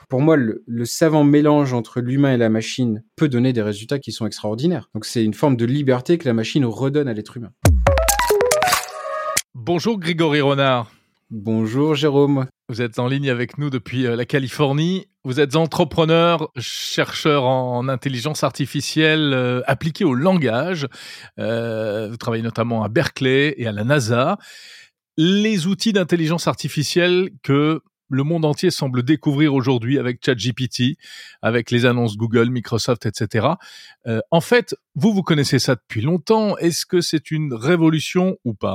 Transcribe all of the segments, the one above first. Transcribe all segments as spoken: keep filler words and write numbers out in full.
pour moi, le, le savant mélange entre l'humain et la machine peut donner des résultats qui sont extraordinaires. Donc c'est une forme de liberté que la machine redonne à l'être humain. Bonjour Grégory Renard. Bonjour Jérôme. Vous êtes en ligne avec nous depuis la Californie. Vous êtes entrepreneur, chercheur en intelligence artificielle euh, appliquée au langage. Euh, vous travaillez notamment à Berkeley et à la NASA. Les outils d'intelligence artificielle que le monde entier semble découvrir aujourd'hui avec ChatGPT, avec les annonces Google, Microsoft, et cetera. Euh, en fait, vous, vous connaissez ça depuis longtemps. Est-ce que c'est une révolution ou pas ?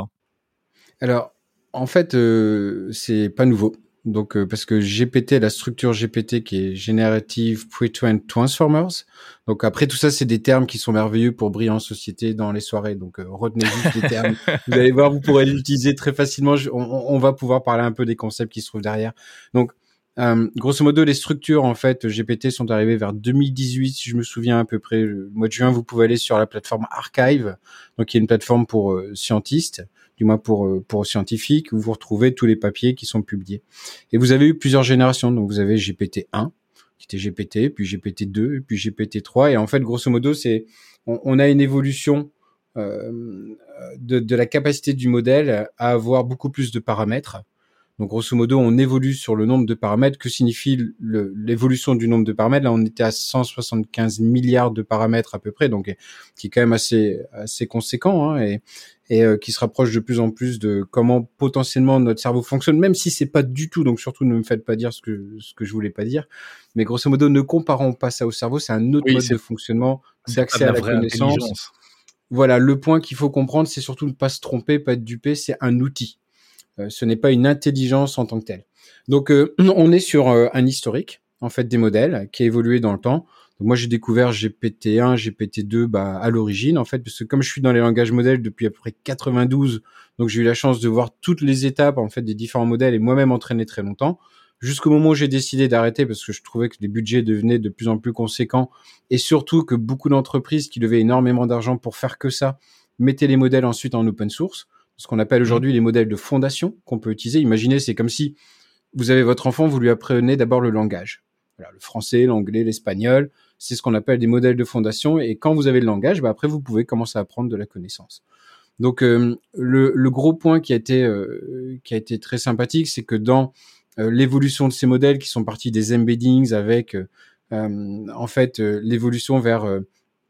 Alors, en fait, euh, c'est pas nouveau. Donc, euh, parce que G P T, la structure G P T qui est Generative Pre-trained Transformers. Donc, après, tout ça, c'est des termes qui sont merveilleux pour briller en société dans les soirées. Donc, euh, retenez juste les termes. Vous allez voir, vous pourrez l'utiliser très facilement. Je, on, on va pouvoir parler un peu des concepts qui se trouvent derrière. Donc, euh, grosso modo, les structures, en fait, G P T sont arrivées vers deux mille dix-huit, si je me souviens à peu près. Le mois de juin, vous pouvez aller sur la plateforme Archive, donc qui est une plateforme pour euh, scientistes. Du moins pour pour scientifiques, où vous retrouvez tous les papiers qui sont publiés. Et vous avez eu plusieurs générations. Donc vous avez G P T un, qui était G P T, puis G P T deux, puis G P T trois. Et en fait, grosso modo, c'est on, on a une évolution euh, de, de la capacité du modèle à avoir beaucoup plus de paramètres. Donc, grosso modo, on évolue sur le nombre de paramètres. Que signifie le, l'évolution du nombre de paramètres ? Là, on était à cent soixante-quinze milliards de paramètres à peu près, donc qui est quand même assez assez conséquent, hein, et et euh, qui se rapproche de plus en plus de comment potentiellement notre cerveau fonctionne, même si c'est pas du tout. Donc, surtout, ne me faites pas dire ce que ce que je voulais pas dire. Mais grosso modo, ne comparons pas ça au cerveau. C'est un autre oui, mode c'est, de fonctionnement, c'est d'accès à la connaissance. Voilà, le point qu'il faut comprendre, c'est surtout ne pas se tromper, pas être dupé. C'est un outil. Euh, ce n'est pas une intelligence en tant que telle. Donc, euh, on est sur euh, un historique, en fait, des modèles qui a évolué dans le temps. Donc, moi, j'ai découvert G P T un, G P T deux, bah, à l'origine, en fait, parce que comme je suis dans les langages modèles depuis à peu près quatre-vingt-douze, donc j'ai eu la chance de voir toutes les étapes, en fait, des différents modèles et moi-même entraîner très longtemps, jusqu'au moment où j'ai décidé d'arrêter parce que je trouvais que les budgets devenaient de plus en plus conséquents et surtout que beaucoup d'entreprises qui levaient énormément d'argent pour faire que ça mettaient les modèles ensuite en open source. Ce qu'on appelle aujourd'hui les modèles de fondation qu'on peut utiliser. Imaginez, c'est comme si vous avez votre enfant, vous lui apprenez d'abord le langage. Voilà, le français, l'anglais, l'espagnol, c'est ce qu'on appelle des modèles de fondation. Et quand vous avez le langage, bah après, vous pouvez commencer à apprendre de la connaissance. Donc, euh, le, le gros point qui a été, euh, qui a été très sympathique, c'est que dans euh, l'évolution de ces modèles qui sont partis des embeddings avec, euh, en fait, euh, l'évolution vers... Euh,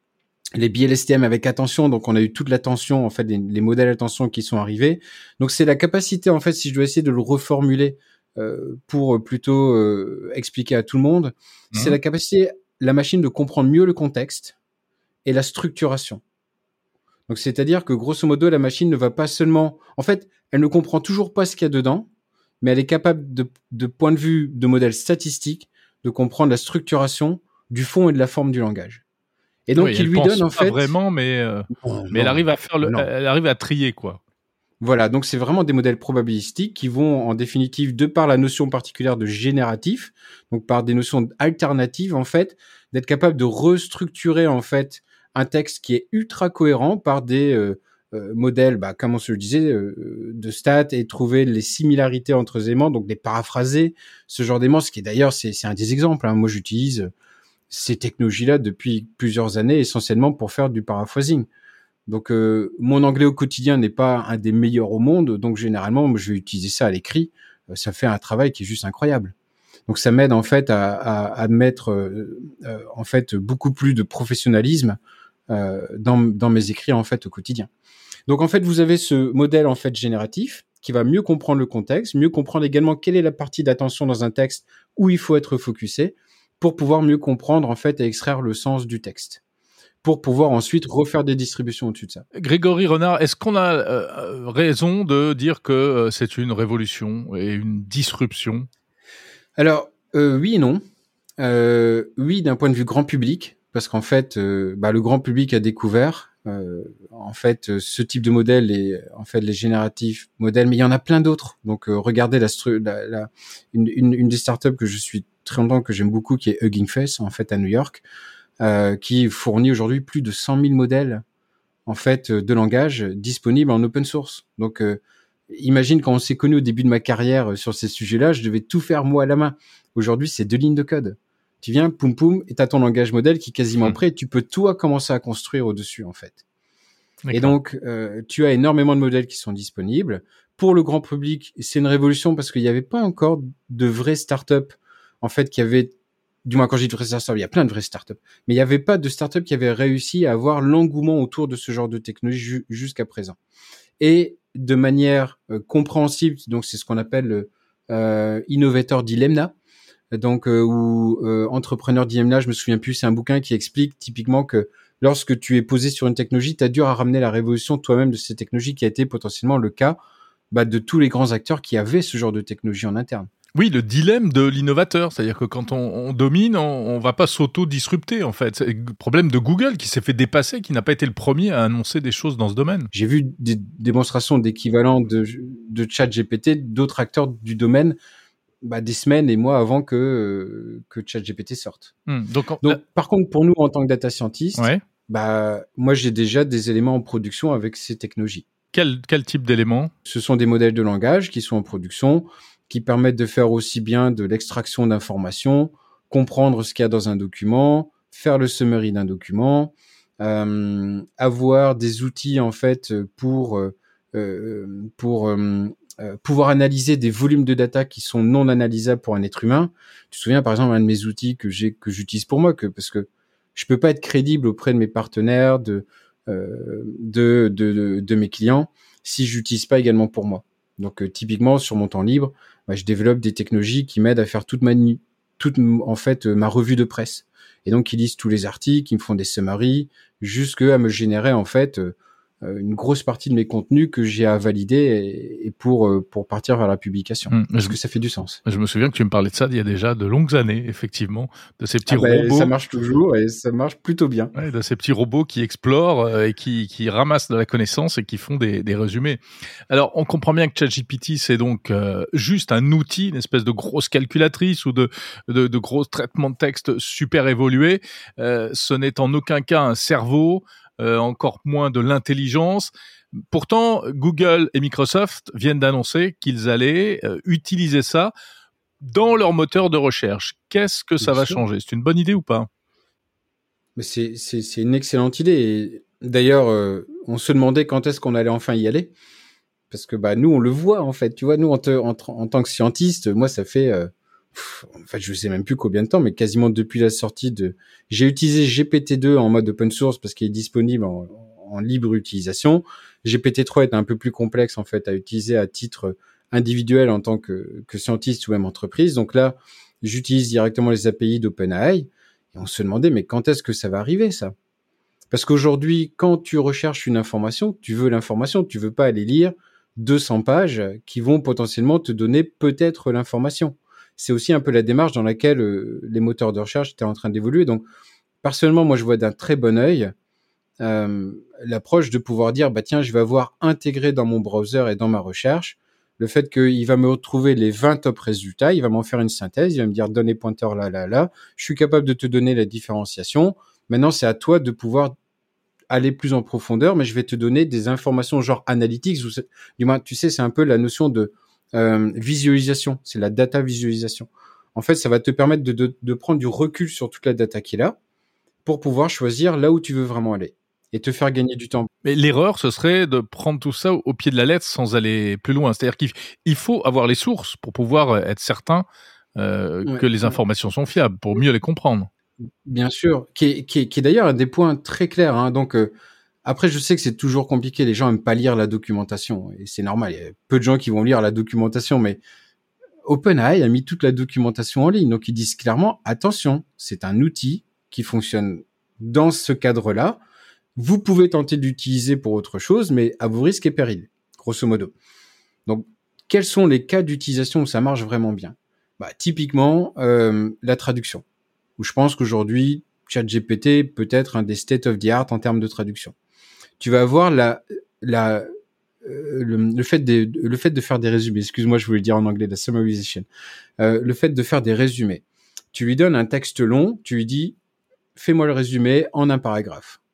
les biais L S T M avec attention, donc on a eu toute l'attention, en fait, les, les modèles attention qui sont arrivés. Donc c'est la capacité, en fait, si je dois essayer de le reformuler euh, pour plutôt euh, expliquer à tout le monde, mmh. c'est la capacité, la machine de comprendre mieux le contexte et la structuration. Donc c'est-à-dire que grosso modo, la machine ne va pas seulement, en fait, elle ne comprend toujours pas ce qu'il y a dedans, mais elle est capable de, de point de vue de modèle statistique, de comprendre la structuration du fond et de la forme du langage. Et donc, oui, il lui donne en fait. Pas vraiment, mais euh, oh, mais non, elle arrive à faire le, elle arrive à trier quoi. Voilà, donc c'est vraiment des modèles probabilistiques qui vont en définitive, de par la notion particulière de génératif, donc par des notions alternatives en fait, d'être capable de restructurer en fait un texte qui est ultra cohérent par des euh, euh, modèles, bah, comme on se le disait, euh, de stats et trouver les similarités entre les éléments, donc les paraphraser, ce genre d'éléments, ce qui est d'ailleurs c'est, c'est un des exemples. Hein. Moi, j'utilise ces technologies-là depuis plusieurs années, essentiellement pour faire du paraphrasing. Donc, euh, mon anglais au quotidien n'est pas un des meilleurs au monde, donc généralement, je vais utiliser ça à l'écrit. Euh, ça fait un travail qui est juste incroyable. Donc, ça m'aide en fait à, à, à mettre euh, euh, en fait beaucoup plus de professionnalisme euh, dans, dans mes écrits en fait au quotidien. Donc, en fait, vous avez ce modèle en fait génératif qui va mieux comprendre le contexte, mieux comprendre également quelle est la partie d'attention dans un texte où il faut être focusé, pour pouvoir mieux comprendre en fait et extraire le sens du texte, pour pouvoir ensuite refaire des distributions au-dessus de ça. Grégory Renard, est-ce qu'on a euh, raison de dire que euh, c'est une révolution et une disruption ? Alors, euh, oui et non. Euh, oui, d'un point de vue grand public, parce qu'en fait, euh, bah, le grand public a découvert euh, en fait ce type de modèle et en fait les génératifs modèles, mais il y en a plein d'autres. Donc, euh, regardez la, stru- la, la une, une, une des startups que je suis très longtemps, que j'aime beaucoup, qui est Hugging Face, en fait, à New York, euh, qui fournit aujourd'hui plus de cent mille modèles, en fait, de langage disponibles en open source. Donc, euh, Imagine quand on s'est connus au début de ma carrière sur ces sujets-là, je devais tout faire moi à la main. Aujourd'hui, c'est deux lignes de code. Tu viens, poum poum, et t'as ton langage modèle qui est quasiment mmh. prêt. Et tu peux toi commencer à construire au-dessus, en fait. D'accord. Et donc, euh, tu as énormément de modèles qui sont disponibles. Pour le grand public, c'est une révolution parce qu'il n'y avait pas encore de vraies startups, en fait, qui avaient, du moins quand je dis de vraies startups, il y a plein de vraies startups, mais il n'y avait pas de startups qui avaient réussi à avoir l'engouement autour de ce genre de technologie ju- jusqu'à présent. Et de manière euh, compréhensible, donc c'est ce qu'on appelle le euh, Innovator Dilemma, donc euh, ou euh, Entrepreneur Dilemma, je me souviens plus, c'est un bouquin qui explique typiquement que lorsque tu es posé sur une technologie, tu as dur à ramener la révolution toi-même de cette technologie, qui a été potentiellement le cas bah, de tous les grands acteurs qui avaient ce genre de technologie en interne. Oui, le dilemme de l'innovateur, c'est-à-dire que quand on, on domine, on, on va pas s'auto-disrupter en fait. C'est le problème de Google qui s'est fait dépasser, qui n'a pas été le premier à annoncer des choses dans ce domaine. J'ai vu des démonstrations d'équivalent de, de ChatGPT, d'autres acteurs du domaine, bah, des semaines et mois avant que, euh, que ChatGPT sorte. Mmh, donc, on, donc là... par contre, pour nous, en tant que data scientist, ouais. bah, moi, j'ai déjà des éléments en production avec ces technologies. Quel, quel type d'éléments ? Ce sont des modèles de langage qui sont en production, qui permettent de faire aussi bien de l'extraction d'informations, comprendre ce qu'il y a dans un document, faire le summary d'un document, euh, avoir des outils en fait pour euh, pour euh, pouvoir analyser des volumes de data qui sont non analysables pour un être humain. Tu te souviens par exemple un de mes outils que j'ai que j'utilise pour moi, que parce que je peux pas être crédible auprès de mes partenaires, de euh, de, de de de mes clients si j'utilise pas également pour moi. Donc euh, typiquement sur mon temps libre, bah, je développe des technologies qui m'aident à faire toute ma toute en fait euh, ma revue de presse. Et donc ils lisent tous les articles, ils me font des summaries, jusqu'à me générer en fait euh, une grosse partie de mes contenus que j'ai à valider et, et pour euh, pour partir vers la publication. Mmh, Est-ce que ça fait du sens ? Je me souviens que tu me parlais de ça il y a déjà de longues années, effectivement, de ces petits ah ben, robots. Ça marche toujours et ça marche plutôt bien. Ouais, de ces petits robots qui explorent euh, et qui, qui ramassent de la connaissance et qui font des, des résumés. Alors, on comprend bien que ChatGPT, c'est donc euh, juste un outil, une espèce de grosse calculatrice ou de, de, de gros traitements de texte super évolués. Euh, ce n'est en aucun cas un cerveau, euh, encore moins de l'intelligence. Pourtant, Google et Microsoft viennent d'annoncer qu'ils allaient euh, utiliser ça dans leur moteur de recherche. Qu'est-ce que ça Bien va sûr. changer ? C'est une bonne idée ou pas ? Mais c'est, c'est, c'est une excellente idée. Et d'ailleurs, euh, on se demandait quand est-ce qu'on allait enfin y aller. Parce que bah nous, on le voit en fait. Tu vois, nous, en, te, en, en tant que scientiste, moi, ça fait... Euh, pff, en fait, je sais même plus combien de temps, mais quasiment depuis la sortie de... J'ai utilisé G P T deux en mode open source parce qu'il est disponible en, en libre utilisation. G P T trois est un peu plus complexe en fait à utiliser à titre individuel en tant que, que scientiste ou même entreprise. Donc là, j'utilise directement les A P I d'OpenAI. Et on se demandait, mais quand est-ce que ça va arriver, ça ? Parce qu'aujourd'hui, quand tu recherches une information, tu veux l'information, tu veux pas aller lire deux cents pages qui vont potentiellement te donner peut-être l'information. C'est aussi un peu la démarche dans laquelle euh, les moteurs de recherche étaient en train d'évoluer. Donc, personnellement, moi, je vois d'un très bon œil euh, l'approche de pouvoir dire, bah tiens, je vais avoir intégré dans mon browser et dans ma recherche le fait qu'il va me retrouver les vingt top résultats, il va m'en faire une synthèse, il va me dire, donne les pointeurs là, là, là. Je suis capable de te donner la différenciation. Maintenant, c'est à toi de pouvoir aller plus en profondeur, mais je vais te donner des informations genre analytics. Ou du moins, tu sais, c'est un peu la notion de euh, visualisation. C'est la data visualisation. En fait, ça va te permettre de, de, de prendre du recul sur toute la data qui est là pour pouvoir choisir là où tu veux vraiment aller et te faire gagner du temps. Mais l'erreur, ce serait de prendre tout ça au pied de la lettre sans aller plus loin. C'est-à-dire qu'il faut avoir les sources pour pouvoir être certain euh, ouais, que les informations ouais. sont fiables, pour mieux les comprendre. Bien sûr, qui est, qui est, qui est d'ailleurs un des points très clairs. Hein. Donc, euh, après, je sais que c'est toujours compliqué. Les gens aiment pas lire la documentation. Et c'est normal. Il y a peu de gens qui vont lire la documentation. Mais OpenAI a mis toute la documentation en ligne. Donc, ils disent clairement, attention, c'est un outil qui fonctionne dans ce cadre-là. Vous pouvez tenter de l'utiliser pour autre chose, mais à vos risques et périls, grosso modo. Donc, quels sont les cas d'utilisation où ça marche vraiment bien ? Bah, typiquement, euh, la traduction. Où je pense qu'aujourd'hui, ChatGPT peut être un des state of the art en termes de traduction. Tu vas avoir la, la, euh, le, le fait de, le fait de faire des résumés. Excuse-moi, je voulais dire en anglais, la summarization. Euh, le fait de faire des résumés. Tu lui donnes un texte long, tu lui dis, fais-moi le résumé en un paragraphe.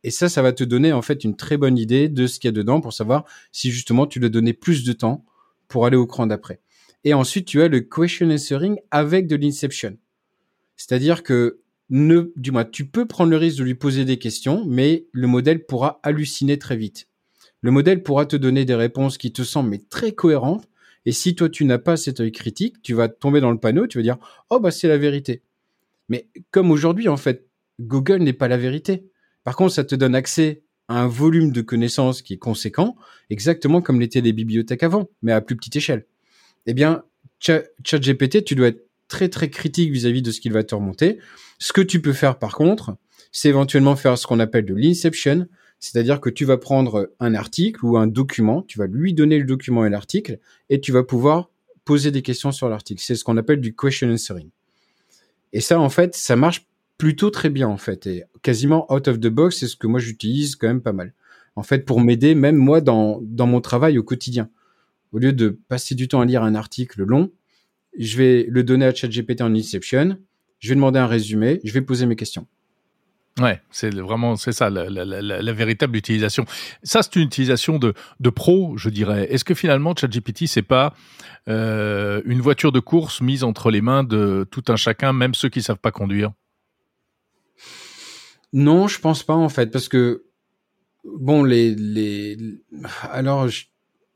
Et ça, ça va te donner en fait une très bonne idée de ce qu'il y a dedans pour savoir si justement tu dois donner plus de temps pour aller au cran d'après. Et ensuite, tu as le question answering avec de l'inception. C'est-à-dire que, ne, du moins, tu peux prendre le risque de lui poser des questions, mais le modèle pourra halluciner très vite. Le modèle pourra te donner des réponses qui te semblent mais très cohérentes. Et si toi, tu n'as pas cet œil critique, tu vas tomber dans le panneau, tu vas dire « Oh, bah c'est la vérité ». Mais comme aujourd'hui, en fait, Google n'est pas la vérité. Par contre, ça te donne accès à un volume de connaissances qui est conséquent, exactement comme l'étaient les bibliothèques avant, mais à plus petite échelle. Eh bien, ChatGPT, tu dois être très, très critique vis-à-vis de ce qu'il va te remonter. Ce que tu peux faire, par contre, c'est éventuellement faire ce qu'on appelle de l'inception, c'est-à-dire que tu vas prendre un article ou un document, tu vas lui donner le document et l'article, et tu vas pouvoir poser des questions sur l'article. C'est ce qu'on appelle du question answering. Et ça, en fait, ça marche plutôt très bien, en fait. Et quasiment out of the box, c'est ce que moi, j'utilise quand même pas mal. En fait, pour m'aider, même moi, dans, dans mon travail au quotidien. Au lieu de passer du temps à lire un article long, je vais le donner à ChatGPT en Inception, je vais demander un résumé, je vais poser mes questions. Ouais, c'est vraiment c'est ça la, la, la, la véritable utilisation. Ça, c'est une utilisation de, de pro, je dirais. Est-ce que finalement ChatGPT, c'est pas euh, une voiture de course mise entre les mains de tout un chacun, même ceux qui savent pas conduire? Non, je pense pas en fait, parce que bon, les les alors je...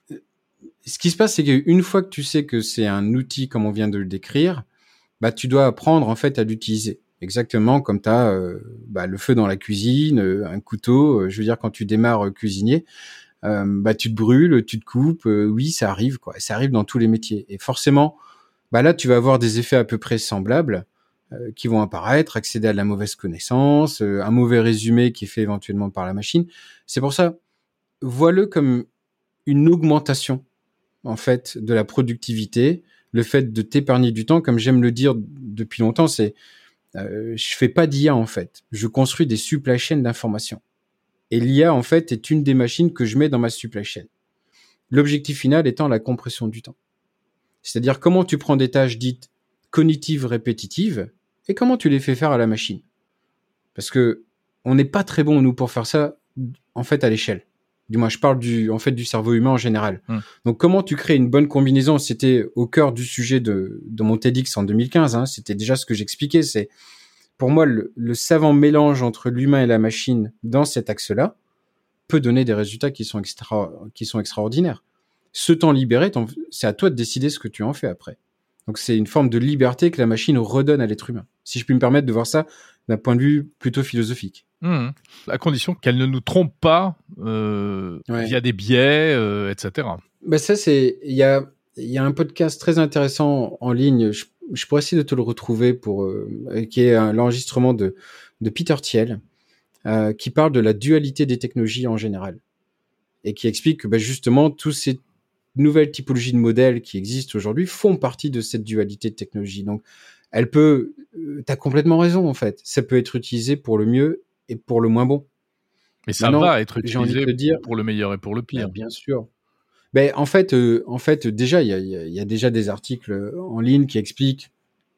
ce qui se passe, c'est qu'une fois que tu sais que c'est un outil comme on vient de le décrire, bah tu dois apprendre en fait à l'utiliser. Exactement comme tu as euh, bah, le feu dans la cuisine, euh, un couteau. Euh, je veux dire, quand tu démarres euh, cuisinier, euh, bah, tu te brûles, tu te coupes. Euh, oui, ça arrive, quoi. Ça arrive dans tous les métiers. Et forcément, bah, là, tu vas avoir des effets à peu près semblables euh, qui vont apparaître, accéder à de la mauvaise connaissance, euh, un mauvais résumé qui est fait éventuellement par la machine. C'est pour ça, vois-le comme une augmentation, en fait, de la productivité. Le fait de t'épargner du temps, comme j'aime le dire depuis longtemps, c'est Euh, je fais pas d'I A en fait. Je construis des supply chains d'informations. Et l'I A en fait est une des machines que je mets dans ma supply chain. L'objectif final étant la compression du temps. C'est-à-dire comment tu prends des tâches dites cognitives répétitives et comment tu les fais faire à la machine. Parce que on n'est pas très bon nous pour faire ça en fait à l'échelle. Du moins, je parle du, en fait, du cerveau humain en général. Mmh. Donc, comment tu crées une bonne combinaison? C'était au cœur du sujet de, de mon TEDx en deux mille quinze. Hein, c'était déjà ce que j'expliquais. C'est, pour moi, le, le savant mélange entre l'humain et la machine dans cet axe-là peut donner des résultats qui sont extra, qui sont extraordinaires. Ce temps libéré, c'est à toi de décider ce que tu en fais après. Donc, c'est une forme de liberté que la machine redonne à l'être humain. Si je puis me permettre de voir ça d'un point de vue plutôt philosophique. Mmh. À condition qu'elle ne nous trompe pas euh, ouais. via des biais, euh, et cetera. Bah ça, c'est il y a il y a un podcast très intéressant en ligne. Je, je pourrais essayer de te le retrouver pour euh, qui est un, l'enregistrement de de Peter Thiel, euh, qui parle de la dualité des technologies en général et qui explique que bah, justement tous ces nouvelles typologies de modèles qui existent aujourd'hui font partie de cette dualité de technologie. Donc, elle peut, euh, t'as complètement raison en fait. Ça peut être utilisé pour le mieux et pour le moins bon. Mais ça Maintenant, va être utilisé de dire, pour le meilleur et pour le pire. Ben, bien sûr. Ben, en fait, euh, en fait, déjà, il y a, y, y a déjà des articles en ligne qui expliquent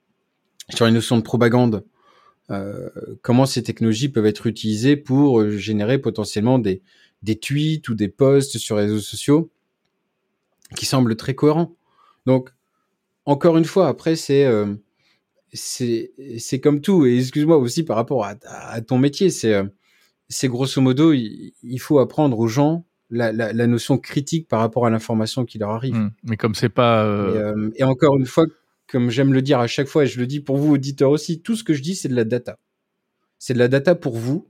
sur les notions de propagande euh, comment ces technologies peuvent être utilisées pour générer potentiellement des, des tweets ou des posts sur les réseaux sociaux qui semblent très cohérents. Donc, encore une fois, après, c'est euh, c'est c'est comme tout. Et excuse-moi aussi par rapport à, à, à ton métier, c'est euh, c'est grosso modo, il, il faut apprendre aux gens la, la, la notion critique par rapport à l'information qui leur arrive. Mmh, mais comme c'est pas... Euh... Et, euh, et encore une fois, comme j'aime le dire à chaque fois, et je le dis pour vous, auditeurs aussi, tout ce que je dis, c'est de la data. C'est de la data pour vous,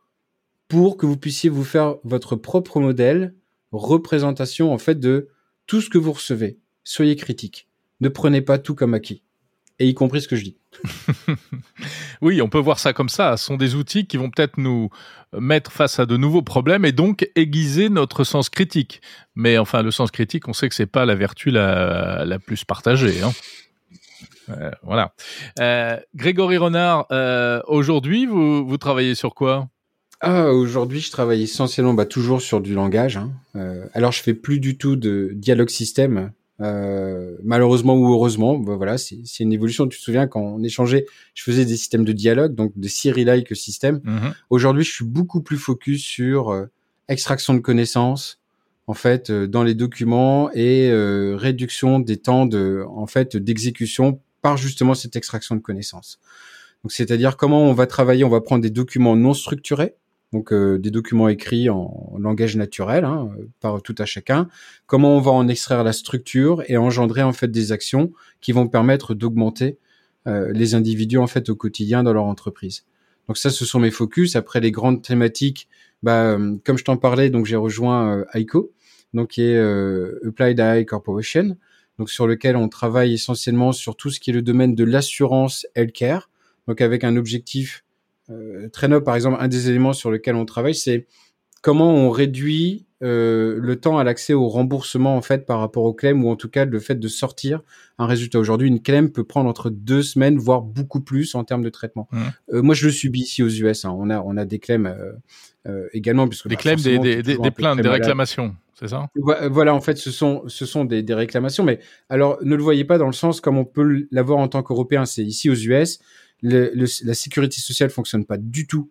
pour que vous puissiez vous faire votre propre modèle, représentation en fait de tout ce que vous recevez. Soyez critique. Ne prenez pas tout comme acquis. Et y compris ce que je dis. Oui, on peut voir ça comme ça. Ce sont des outils qui vont peut-être nous mettre face à de nouveaux problèmes et donc aiguiser notre sens critique. Mais enfin, le sens critique, on sait que c'est pas la vertu la, la plus partagée. Hein. Euh, voilà. Euh, Grégory Renard, euh, aujourd'hui, vous, vous travaillez sur quoi ? Ah, aujourd'hui, je travaille essentiellement, bah, toujours sur du langage. Hein. Euh, alors, je fais plus du tout de dialogue système. Euh, malheureusement ou heureusement, ben voilà, c'est, c'est une évolution. Tu te souviens quand on échangeait, je faisais des systèmes de dialogue, donc des Siri-like systèmes. Mm-hmm. Aujourd'hui, je suis beaucoup plus focus sur euh, extraction de connaissances, en fait, euh, dans les documents et euh, réduction des temps de, en fait, d'exécution par justement cette extraction de connaissances. Donc, c'est-à-dire comment on va travailler, on va prendre des documents non structurés, donc euh, des documents écrits en, en langage naturel, hein, par tout à chacun. Comment on va en extraire la structure et engendrer en fait des actions qui vont permettre d'augmenter euh, les individus en fait au quotidien dans leur entreprise. Donc ça, ce sont mes focus. Après les grandes thématiques, bah, euh, comme je t'en parlais, donc j'ai rejoint euh, I C O, donc qui est euh, Applied A I Corporation, donc sur lequel on travaille essentiellement sur tout ce qui est le domaine de l'assurance healthcare. Donc avec un objectif euh, très noble, par exemple, un des éléments sur lequel on travaille, c'est comment on réduit euh, le temps à l'accès au remboursement en fait par rapport aux claims, ou en tout cas le fait de sortir un résultat. Aujourd'hui, une claim peut prendre entre deux semaines, voire beaucoup plus en termes de traitement. Mmh. Euh, moi, je le subis ici aux U S. Hein. On a on a des claims euh, euh, également, puisque des bah, claims, des, des, des, des plaintes, des réclamations. C'est ça ? Voilà, en fait, ce sont ce sont des, des réclamations, mais alors ne le voyez pas dans le sens comme on peut l'avoir en tant qu'Européen. C'est ici aux U S, le, le, la sécurité sociale fonctionne pas du tout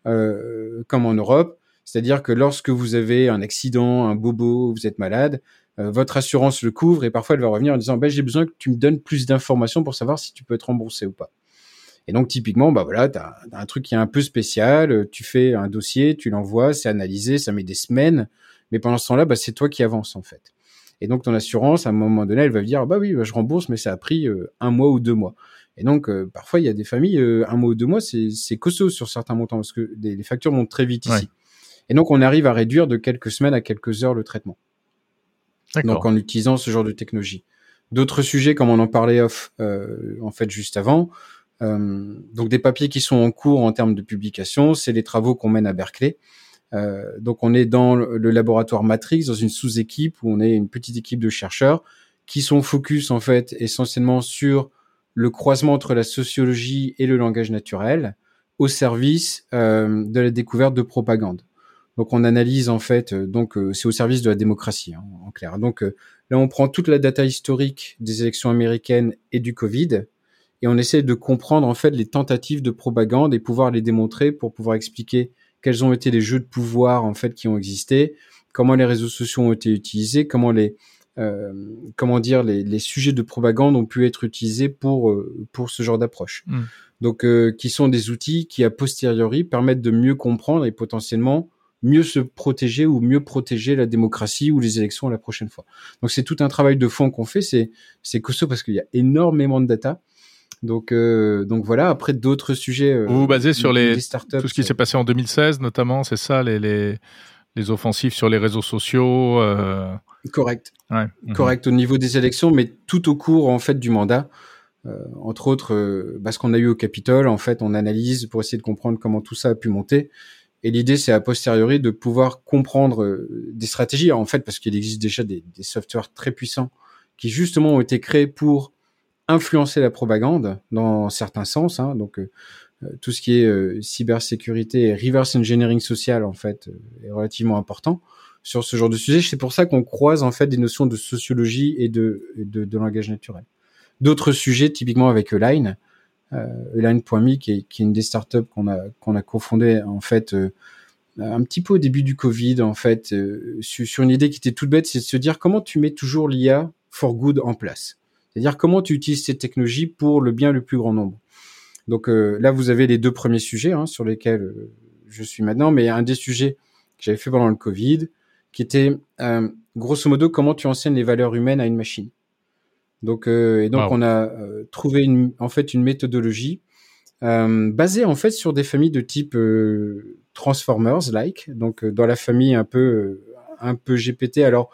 euh, comme en Europe. C'est-à-dire que lorsque vous avez un accident, un bobo, vous êtes malade, euh, votre assurance le couvre et parfois elle va revenir en disant ben, j'ai besoin que tu me donnes plus d'informations pour savoir si tu peux être remboursé ou pas. Et donc typiquement, bah voilà, t'as, t'as un truc qui est un peu spécial, tu fais un dossier, tu l'envoies, c'est analysé, ça met des semaines, mais pendant ce temps-là, bah c'est toi qui avances en fait. Et donc ton assurance, à un moment donné, elle va dire bah oui, bah, je rembourse, mais ça a pris euh, un mois ou deux mois. Et donc euh, parfois il y a des familles, euh, un mois ou deux mois, c'est, c'est costaud sur certains montants parce que les, les factures montent très vite ici. Ouais. Et donc on arrive à réduire de quelques semaines à quelques heures le traitement. D'accord. Donc en utilisant ce genre de technologie. D'autres sujets, comme on en parlait off, euh, en fait juste avant. Euh, donc des papiers qui sont en cours en termes de publication, c'est les travaux qu'on mène à Berkeley. Euh, donc on est dans le laboratoire Matrix, dans une sous-équipe où on est une petite équipe de chercheurs qui sont focus en fait essentiellement sur le croisement entre la sociologie et le langage naturel au service euh, de la découverte de propagande. Donc on analyse en fait, euh, donc euh, c'est au service de la démocratie hein, en clair. Donc euh, là on prend toute la data historique des élections américaines et du Covid. Et on essaie de comprendre en fait les tentatives de propagande et pouvoir les démontrer pour pouvoir expliquer quels ont été les jeux de pouvoir en fait qui ont existé, comment les réseaux sociaux ont été utilisés, comment les euh, comment dire les, les sujets de propagande ont pu être utilisés pour euh, pour ce genre d'approche. Mmh. Donc euh, qui sont des outils qui a posteriori permettent de mieux comprendre et potentiellement mieux se protéger ou mieux protéger la démocratie ou les élections la prochaine fois. Donc c'est tout un travail de fond qu'on fait, c'est c'est costaud parce qu'il y a énormément de data. Donc, euh, donc voilà. Après d'autres sujets. Euh, vous vous basez sur les, les startups, tout ce qui s'est passé en deux mille seize, notamment, c'est ça, les, les, les offensives sur les réseaux sociaux. Euh... Correct. Ouais. Correct mm-hmm. Au niveau des élections, mais tout au cours en fait du mandat. Euh, entre autres, euh, bah, ce qu'on a eu au Capitole, en fait, on analyse pour essayer de comprendre comment tout ça a pu monter. Et l'idée, c'est a posteriori de pouvoir comprendre euh, des stratégies, en fait, parce qu'il existe déjà des, des softwares très puissants qui justement ont été créés pour influencer la propagande dans certains sens, hein, donc euh, tout ce qui est euh, cybersécurité et reverse engineering social en fait euh, est relativement important sur ce genre de sujet. C'est pour ça qu'on croise en fait des notions de sociologie et de, de, de langage naturel. D'autres sujets, typiquement avec Align, euh, Align point me qui est, qui est une des startups qu'on a qu'on a cofondé en fait euh, un petit peu au début du Covid en fait euh, sur, sur une idée qui était toute bête, c'est de se dire comment tu mets toujours l'I A for good en place. C'est-à-dire comment tu utilises cette technologie pour le bien le plus grand nombre. Donc euh, là, vous avez les deux premiers sujets hein, sur lesquels euh, je suis maintenant, mais un des sujets que j'avais fait pendant le Covid, qui était euh, grosso modo comment tu enseignes les valeurs humaines à une machine. Donc euh, et donc wow. on a euh, trouvé une, en fait une méthodologie euh, basée en fait sur des familles de type euh, Transformers-like, donc euh, dans la famille un peu euh, un peu G P T. Alors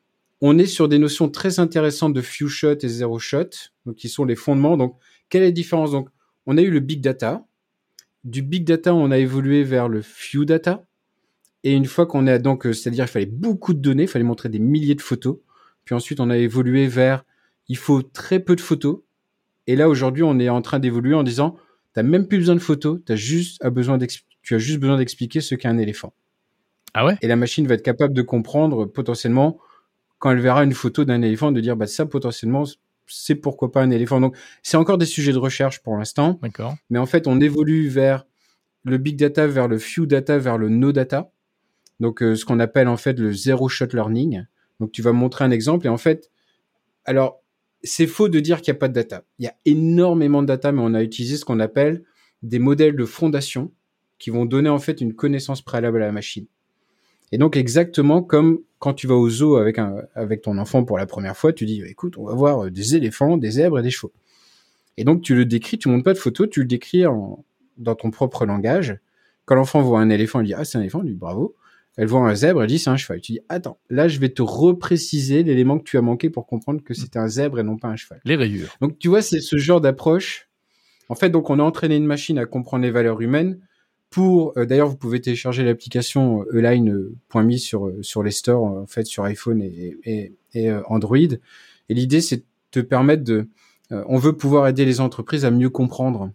on est sur des notions très intéressantes de few shot et zero shot, donc qui sont les fondements. Donc, quelle est la différence ? Donc, on a eu le big data. Du big data, on a évolué vers le few data. Et une fois qu'on a donc, c'est-à-dire, il fallait beaucoup de données, il fallait montrer des milliers de photos. Puis ensuite, on a évolué vers, il faut très peu de photos. Et là, aujourd'hui, on est en train d'évoluer en disant, t'as même plus besoin de photos, t'as juste, besoin tu as juste besoin d'expliquer ce qu'est un éléphant. Ah ouais ? Et la machine va être capable de comprendre potentiellement quand elle verra une photo d'un éléphant, de dire bah ça potentiellement c'est pourquoi pas un éléphant. Donc c'est encore des sujets de recherche pour l'instant. D'accord. Mais en fait on évolue vers le big data, vers le few data, vers le no data. Donc euh, ce qu'on appelle en fait le zero shot learning. Donc tu vas montrer un exemple et en fait, alors c'est faux de dire qu'il n'y a pas de data. Il y a énormément de data, mais on a utilisé ce qu'on appelle des modèles de fondation qui vont donner en fait une connaissance préalable à la machine. Et donc exactement comme quand tu vas au zoo avec un avec ton enfant pour la première fois, tu dis écoute, on va voir des éléphants, des zèbres et des chevaux. Et donc tu le décris, tu montres pas de photo, tu le décris en, dans ton propre langage. Quand l'enfant voit un éléphant, il dit ah c'est un éléphant, il dit bravo. Elle voit un zèbre, elle dit c'est un cheval. Tu dis attends, là je vais te repréciser l'élément que tu as manqué pour comprendre que c'était un zèbre et non pas un cheval. Les rayures. Donc tu vois, c'est ce genre d'approche. En fait, donc on a entraîné une machine à comprendre les valeurs humaines. Pour euh, d'ailleurs, vous pouvez télécharger l'application Eline.me sur sur les stores en fait sur iPhone et et, et euh, Android. Et l'idée c'est de te permettre de, euh, on veut pouvoir aider les entreprises à mieux comprendre,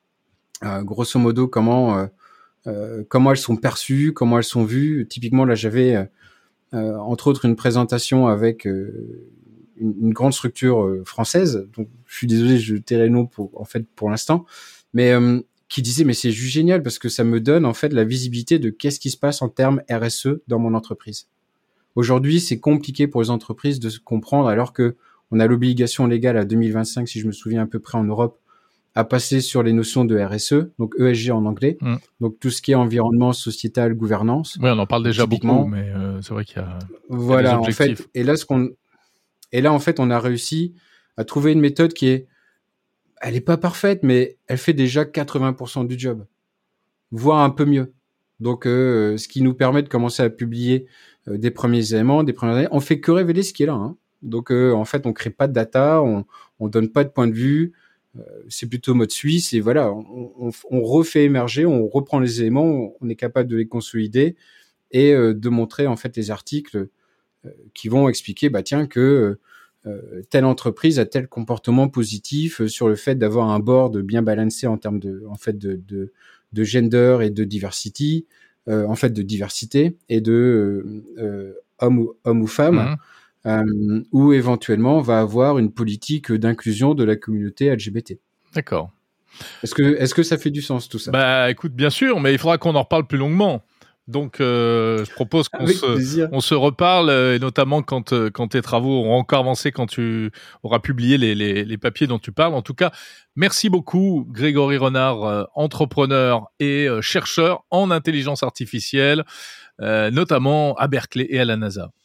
euh, grosso modo comment euh, euh, comment elles sont perçues, comment elles sont vues. Typiquement là, j'avais euh, euh, entre autres une présentation avec euh, une, une grande structure euh, française. Donc je suis désolé, je tairai le nom pour en fait pour l'instant, mais euh, qui disait mais c'est juste génial parce que ça me donne en fait la visibilité de qu'est-ce qui se passe en termes R S E dans mon entreprise. Aujourd'hui, c'est compliqué pour les entreprises de se comprendre alors que on a l'obligation légale à deux mille vingt-cinq, si je me souviens à peu près en Europe, à passer sur les notions de R S E, donc E S G en anglais, mmh. donc tout ce qui est environnement, sociétal, gouvernance. Oui, on en parle déjà beaucoup, mais euh, c'est vrai qu'il y a, voilà, il y a des objectifs. En fait, et là, ce qu'on, et là, en fait, on a réussi à trouver une méthode qui est, elle est pas parfaite, mais elle fait déjà quatre-vingts pour cent du job, voire un peu mieux. Donc, euh, ce qui nous permet de commencer à publier euh, des premiers éléments, des premières années. On fait que révéler ce qui est là. Hein. Donc, euh, en fait, on crée pas de data, on, on donne pas de point de vue. Euh, c'est plutôt mode suisse et voilà, on, on, on refait émerger, on reprend les éléments, on, on est capable de les consolider et euh, de montrer en fait les articles euh, qui vont expliquer, bah tiens que euh, telle entreprise a tel comportement positif euh, sur le fait d'avoir un board bien balancé en termes de, en fait de, de, de gender et de diversity, euh, en fait de diversité et de euh, euh, homme ou homme ou femme. Mmh. Euh, ou éventuellement on va avoir une politique d'inclusion de la communauté L G B T. D'accord. Est-ce que, est-ce que ça fait du sens tout ça ? Bah écoute, bien sûr, mais il faudra qu'on en reparle plus longuement. Donc euh, je propose qu'on se, on se reparle, et notamment quand, quand tes travaux auront encore avancé, quand tu auras publié les, les, les papiers dont tu parles. En tout cas, merci beaucoup Grégory Renard, entrepreneur et chercheur en intelligence artificielle, euh, notamment à Berkeley et à la NASA.